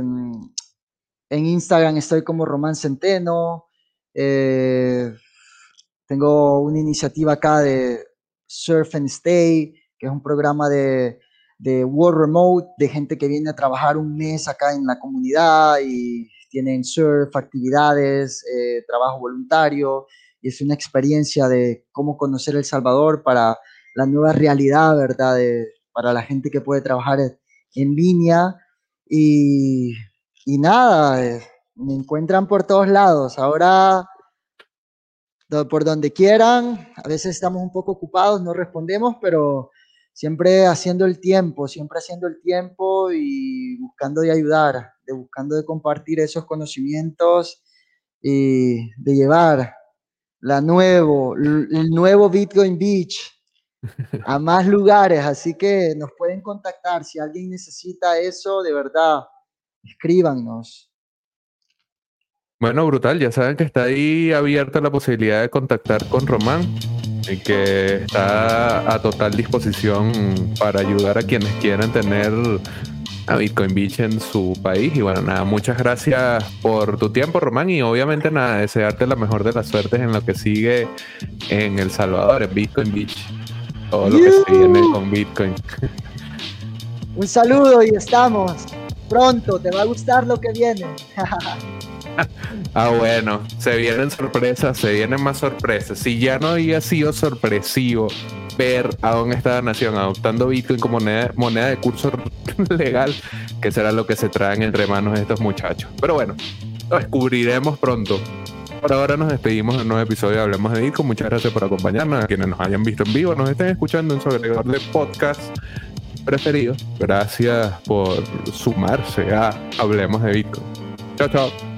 en Instagram estoy como Román Centeno. Eh, tengo una iniciativa acá de Surf and Stay, que es un programa de, de work remote, de gente que viene a trabajar un mes acá en la comunidad y tienen surf, actividades, eh, trabajo voluntario, y es una experiencia de cómo conocer El Salvador para la nueva realidad, ¿verdad? De, para la gente que puede trabajar en línea. Y, y nada, eh, me encuentran por todos lados. Ahora por donde quieran, a veces estamos un poco ocupados, no respondemos, pero siempre haciendo el tiempo, siempre haciendo el tiempo y buscando de ayudar, de buscando de compartir esos conocimientos y de llevar la nuevo, el nuevo Bitcoin Beach a más lugares, así que nos pueden contactar si alguien necesita eso, de verdad, escríbanos. Bueno, brutal, ya saben que está ahí abierta la posibilidad de contactar con Román y que está a total disposición para ayudar a quienes quieran tener a Bitcoin Beach en su país. Y bueno, nada, muchas gracias por tu tiempo, Román, y obviamente nada, desearte la mejor de las suertes en lo que sigue en El Salvador, en Bitcoin Beach, todo lo que se viene con Bitcoin. Un saludo y estamos pronto, te va a gustar lo que viene. Ah, bueno, se vienen sorpresas, se vienen más sorpresas. Si ya no había sido sorpresivo ver a dónde está la nación adoptando Bitcoin como moneda, moneda de curso legal, que será lo que se traen entre manos de estos muchachos. Pero bueno, lo descubriremos pronto. Por ahora nos despedimos de un nuevo episodio de Hablemos de Bitcoin. Muchas gracias por acompañarnos, a quienes nos hayan visto en vivo, nos estén escuchando en su agregador de podcast preferido. Gracias por sumarse a Hablemos de Bitcoin. Chao, chao.